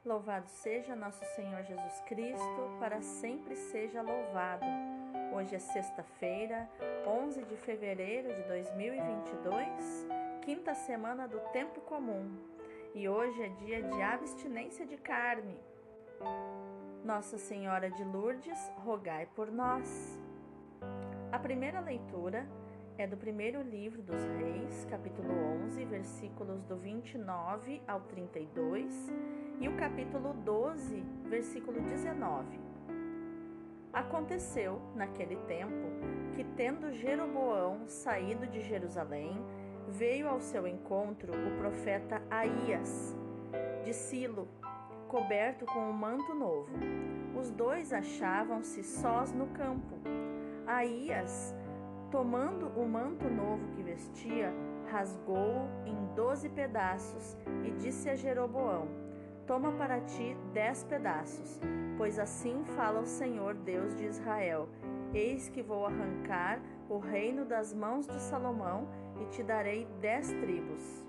Louvado seja nosso Senhor Jesus Cristo, para sempre seja louvado. Hoje é sexta-feira, 11 de fevereiro de 2022, quinta semana do Tempo Comum. E hoje é dia de abstinência de carne. Nossa Senhora de Lourdes, rogai por nós. A primeira leitura é do primeiro livro dos Reis, capítulo 11, versículos do 29 ao 32, e o capítulo 12, versículo 19. Aconteceu, naquele tempo, que tendo Jeroboão saído de Jerusalém, veio ao seu encontro o profeta Aías, de Silo, coberto com um manto novo. Os dois achavam-se sós no campo. Aías, tomando o manto novo que vestia, rasgou-o em 12 pedaços e disse a Jeroboão: Toma para ti 10 pedaços, pois assim fala o Senhor Deus de Israel: Eis que vou arrancar o reino das mãos de Salomão e te darei 10 tribos.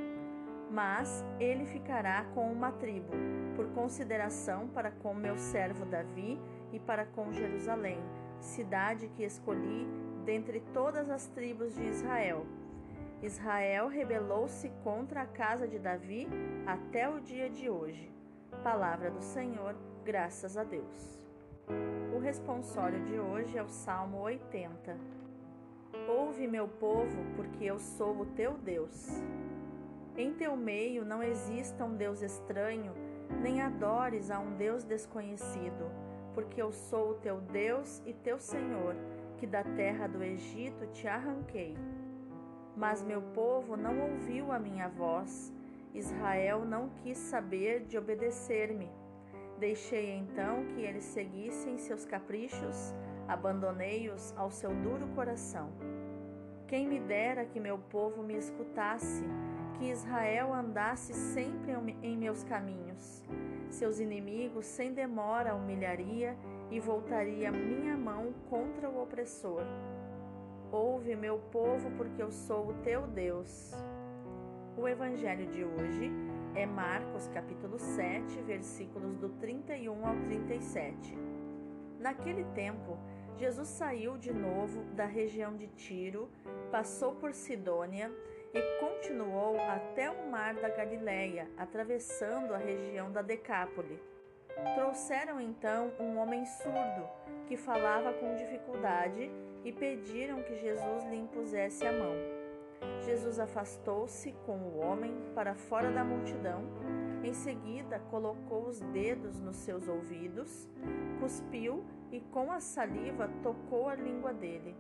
Mas ele ficará com uma tribo, por consideração para com meu servo Davi e para com Jerusalém, cidade que escolhi dentre todas as tribos de Israel. Israel rebelou-se contra a casa de Davi até o dia de hoje. Palavra do Senhor, graças a Deus. O responsório de hoje é o Salmo 80. Ouve, meu povo, porque eu sou o teu Deus. Em teu meio não exista um Deus estranho, nem adores a um Deus desconhecido, porque eu sou o teu Deus e teu Senhor, que da terra do Egito te arranquei. Mas meu povo não ouviu a minha voz, Israel não quis saber de obedecer-me. Deixei então que eles seguissem seus caprichos, abandonei-os ao seu duro coração. Quem me dera que meu povo me escutasse, que Israel andasse sempre em meus caminhos. Seus inimigos sem demora humilharia e voltaria minha mão contra o opressor. Ouve, meu povo, porque eu sou o teu Deus. O evangelho de hoje é Marcos capítulo 7, versículos do 31 ao 37. Naquele tempo, Jesus saiu de novo da região de Tiro, passou por Sidônia e continuou até o mar da Galileia, atravessando a região da Decápole. Trouxeram então um homem surdo, que falava com dificuldade, e pediram que Jesus lhe impusesse a mão. Jesus afastou-se com o homem para fora da multidão. Em seguida, colocou os dedos nos seus ouvidos, cuspiu e com a saliva tocou a língua dele.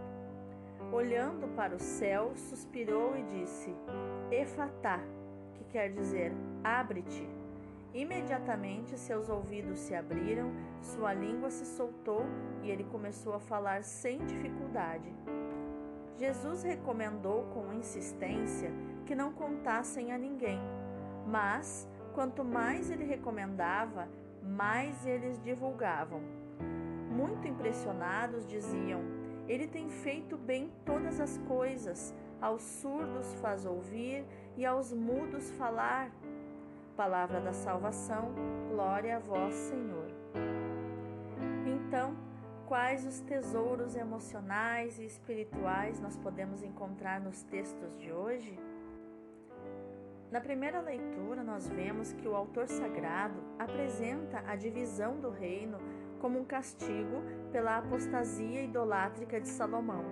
Olhando para o céu, suspirou e disse: Efatá, que quer dizer abre-te. Imediatamente seus ouvidos se abriram, sua língua se soltou e ele começou a falar sem dificuldade. Jesus recomendou com insistência que não contassem a ninguém, mas quanto mais ele recomendava, mais eles divulgavam. Muito impressionados diziam: Ele tem feito bem todas as coisas, aos surdos faz ouvir e aos mudos falar. Palavra da salvação, glória a vós, Senhor. Então, quais os tesouros emocionais e espirituais nós podemos encontrar nos textos de hoje? Na primeira leitura, nós vemos que o autor sagrado apresenta a divisão do reino como um castigo pela apostasia idolátrica de Salomão.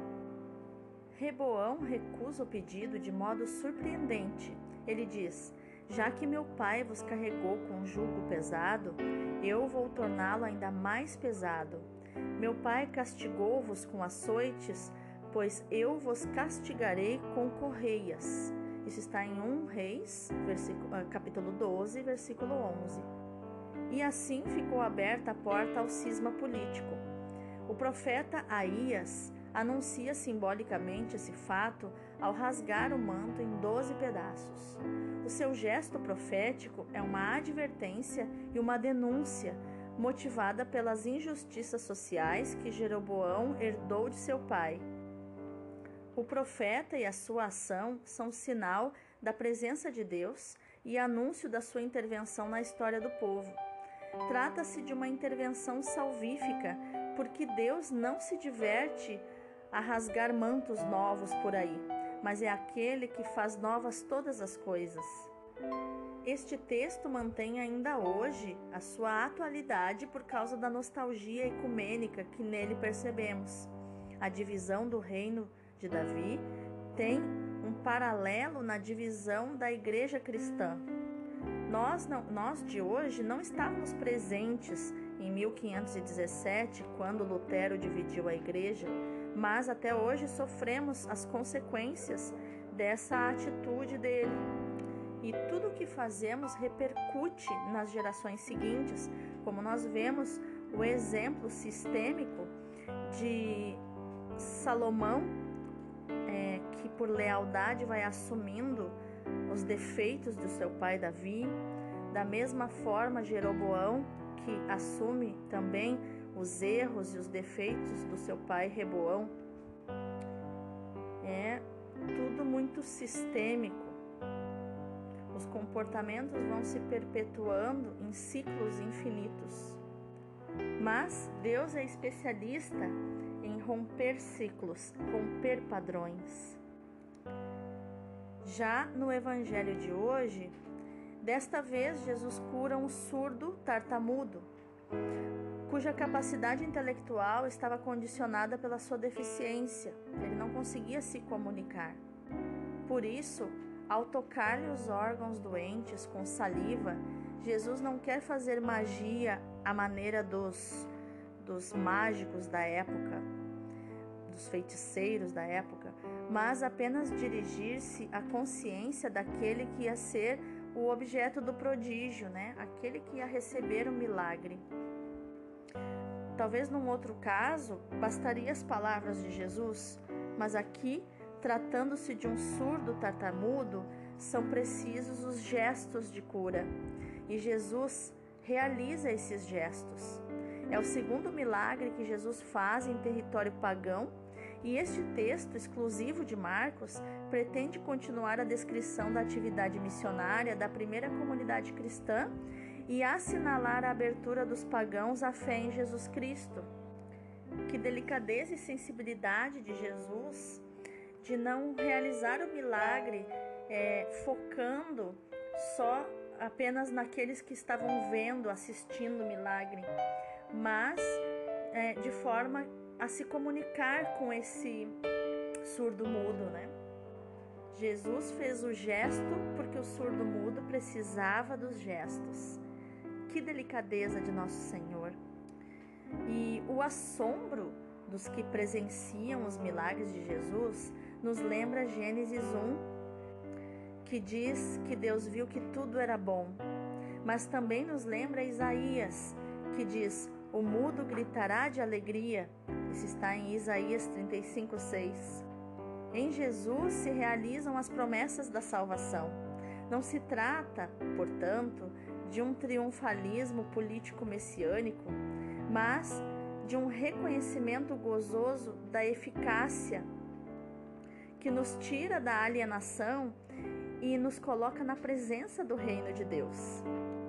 Reboão recusa o pedido de modo surpreendente. Ele diz: Já que meu pai vos carregou com jugo pesado, eu vou torná-lo ainda mais pesado. Meu pai castigou-vos com açoites, pois eu vos castigarei com correias. Isso está em 1 Reis, capítulo 12, versículo 11. E assim ficou aberta a porta ao cisma político. O profeta Aías anuncia simbolicamente esse fato ao rasgar o manto em 12 pedaços. O seu gesto profético é uma advertência e uma denúncia, motivada pelas injustiças sociais que Jeroboão herdou de seu pai. O profeta e a sua ação são sinal da presença de Deus e anúncio da sua intervenção na história do povo. Trata-se de uma intervenção salvífica, porque Deus não se diverte a rasgar mantos novos por aí, mas é aquele que faz novas todas as coisas. Este texto mantém ainda hoje a sua atualidade por causa da nostalgia ecumênica que nele percebemos. A divisão do reino de Davi tem um paralelo na divisão da igreja cristã. Nós de hoje não estávamos presentes em 1517, quando Lutero dividiu a igreja, mas até hoje sofremos as consequências dessa atitude dele. E tudo o que fazemos repercute nas gerações seguintes, como nós vemos o exemplo sistêmico de Salomão, que por lealdade vai assumindo os defeitos do seu pai Davi, da mesma forma Jeroboão, que assume também os erros e os defeitos do seu pai Reboão. É tudo muito sistêmico. Os comportamentos vão se perpetuando em ciclos infinitos. Mas Deus é especialista em romper ciclos, romper padrões. Já no Evangelho de hoje, desta vez Jesus cura um surdo tartamudo, cuja capacidade intelectual estava condicionada pela sua deficiência. Ele não conseguia se comunicar. Por isso, ao tocar-lhe os órgãos doentes com saliva, Jesus não quer fazer magia à maneira dos mágicos da época, dos feiticeiros da época, mas apenas dirigir-se à consciência daquele que ia ser o objeto do prodígio, aquele que ia receber o milagre. Talvez num outro caso, bastaria as palavras de Jesus, mas aqui, tratando-se de um surdo tartamudo, são precisos os gestos de cura. E Jesus realiza esses gestos. É o segundo milagre que Jesus faz em território pagão, e este texto exclusivo de Marcos pretende continuar a descrição da atividade missionária da primeira comunidade cristã e assinalar a abertura dos pagãos à fé em Jesus Cristo. Que delicadeza e sensibilidade de Jesus de não realizar o milagre focando só apenas naqueles que estavam vendo, assistindo o milagre, mas de forma a se comunicar com esse surdo-mudo, Jesus fez o gesto porque o surdo-mudo precisava dos gestos. Que delicadeza de Nosso Senhor! E o assombro dos que presenciam os milagres de Jesus nos lembra Gênesis 1, que diz que Deus viu que tudo era bom, mas também nos lembra Isaías, que diz: o mudo gritará de alegria. Isso está em Isaías 35:6. Em Jesus se realizam as promessas da salvação. Não se trata, portanto, de um triunfalismo político messiânico, mas de um reconhecimento gozoso da eficácia que nos tira da alienação e nos coloca na presença do reino de Deus.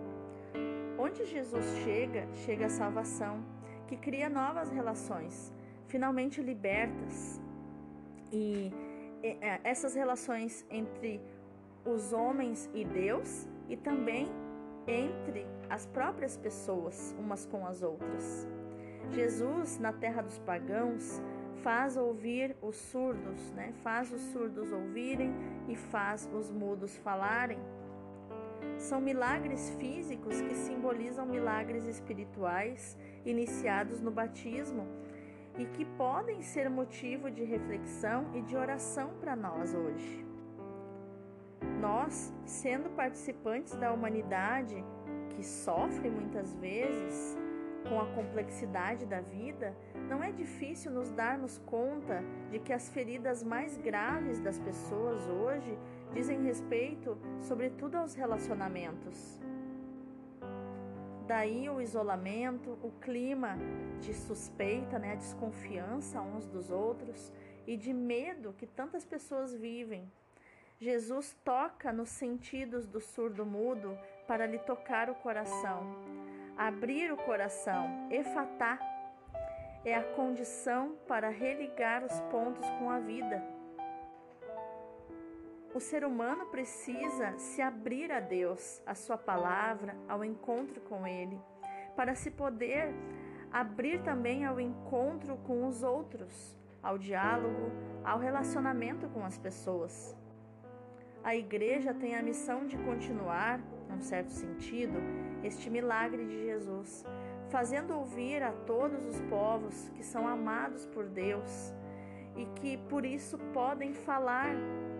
Onde Jesus chega a salvação, que cria novas relações, finalmente libertas. E essas relações entre os homens e Deus e também entre as próprias pessoas, umas com as outras. Jesus, na terra dos pagãos, faz ouvir os surdos, faz os surdos ouvirem e faz os mudos falarem. São milagres físicos que simbolizam milagres espirituais iniciados no batismo e que podem ser motivo de reflexão e de oração para nós hoje. Nós, sendo participantes da humanidade que sofre muitas vezes com a complexidade da vida, não é difícil nos darmos conta de que as feridas mais graves das pessoas hoje dizem respeito, sobretudo, aos relacionamentos. Daí o isolamento, o clima de suspeita, a desconfiança uns dos outros e de medo que tantas pessoas vivem. Jesus toca nos sentidos do surdo-mudo para lhe tocar o coração. Abrir o coração, efatá, é a condição para religar os pontos com a vida. O ser humano precisa se abrir a Deus, a sua palavra, ao encontro com Ele, para se poder abrir também ao encontro com os outros, ao diálogo, ao relacionamento com as pessoas. A igreja tem a missão de continuar, num certo sentido, este milagre de Jesus, fazendo ouvir a todos os povos que são amados por Deus e que por isso podem falar.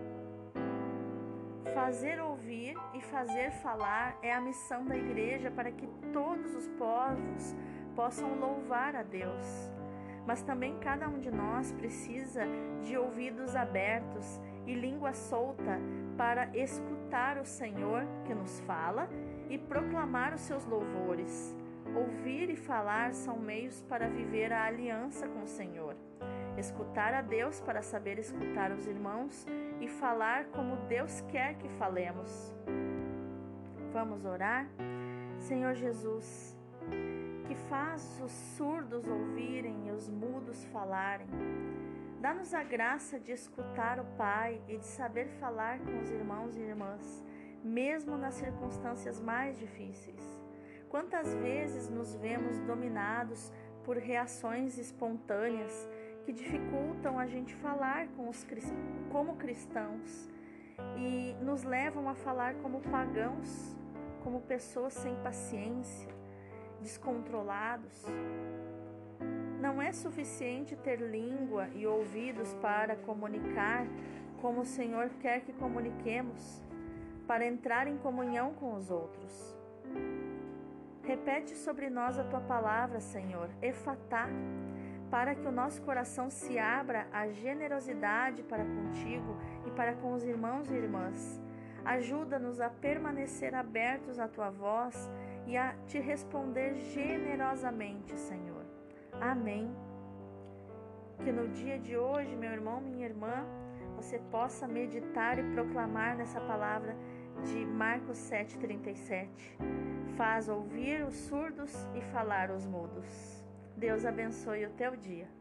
Fazer ouvir e fazer falar é a missão da igreja para que todos os povos possam louvar a Deus. Mas também cada um de nós precisa de ouvidos abertos e língua solta para escutar o Senhor que nos fala e proclamar os seus louvores. Ouvir e falar são meios para viver a aliança com o Senhor. Escutar a Deus para saber escutar os irmãos e falar como Deus quer que falemos. Vamos orar? Senhor Jesus, que faz os surdos ouvirem e os mudos falarem. Dá-nos a graça de escutar o Pai e de saber falar com os irmãos e irmãs, mesmo nas circunstâncias mais difíceis. Quantas vezes nos vemos dominados por reações espontâneas que dificultam a gente falar como cristãos e nos levam a falar como pagãos, como pessoas sem paciência, descontrolados. Não é suficiente ter língua e ouvidos para comunicar como o Senhor quer que comuniquemos, para entrar em comunhão com os outros. Repete sobre nós a tua palavra, Senhor, efatá, para que o nosso coração se abra à generosidade para contigo e para com os irmãos e irmãs. Ajuda-nos a permanecer abertos à tua voz e a te responder generosamente, Senhor. Amém. Que no dia de hoje, meu irmão, minha irmã, você possa meditar e proclamar nessa palavra de Marcos 7,37. Faz ouvir os surdos e falar os mudos. Deus abençoe o teu dia.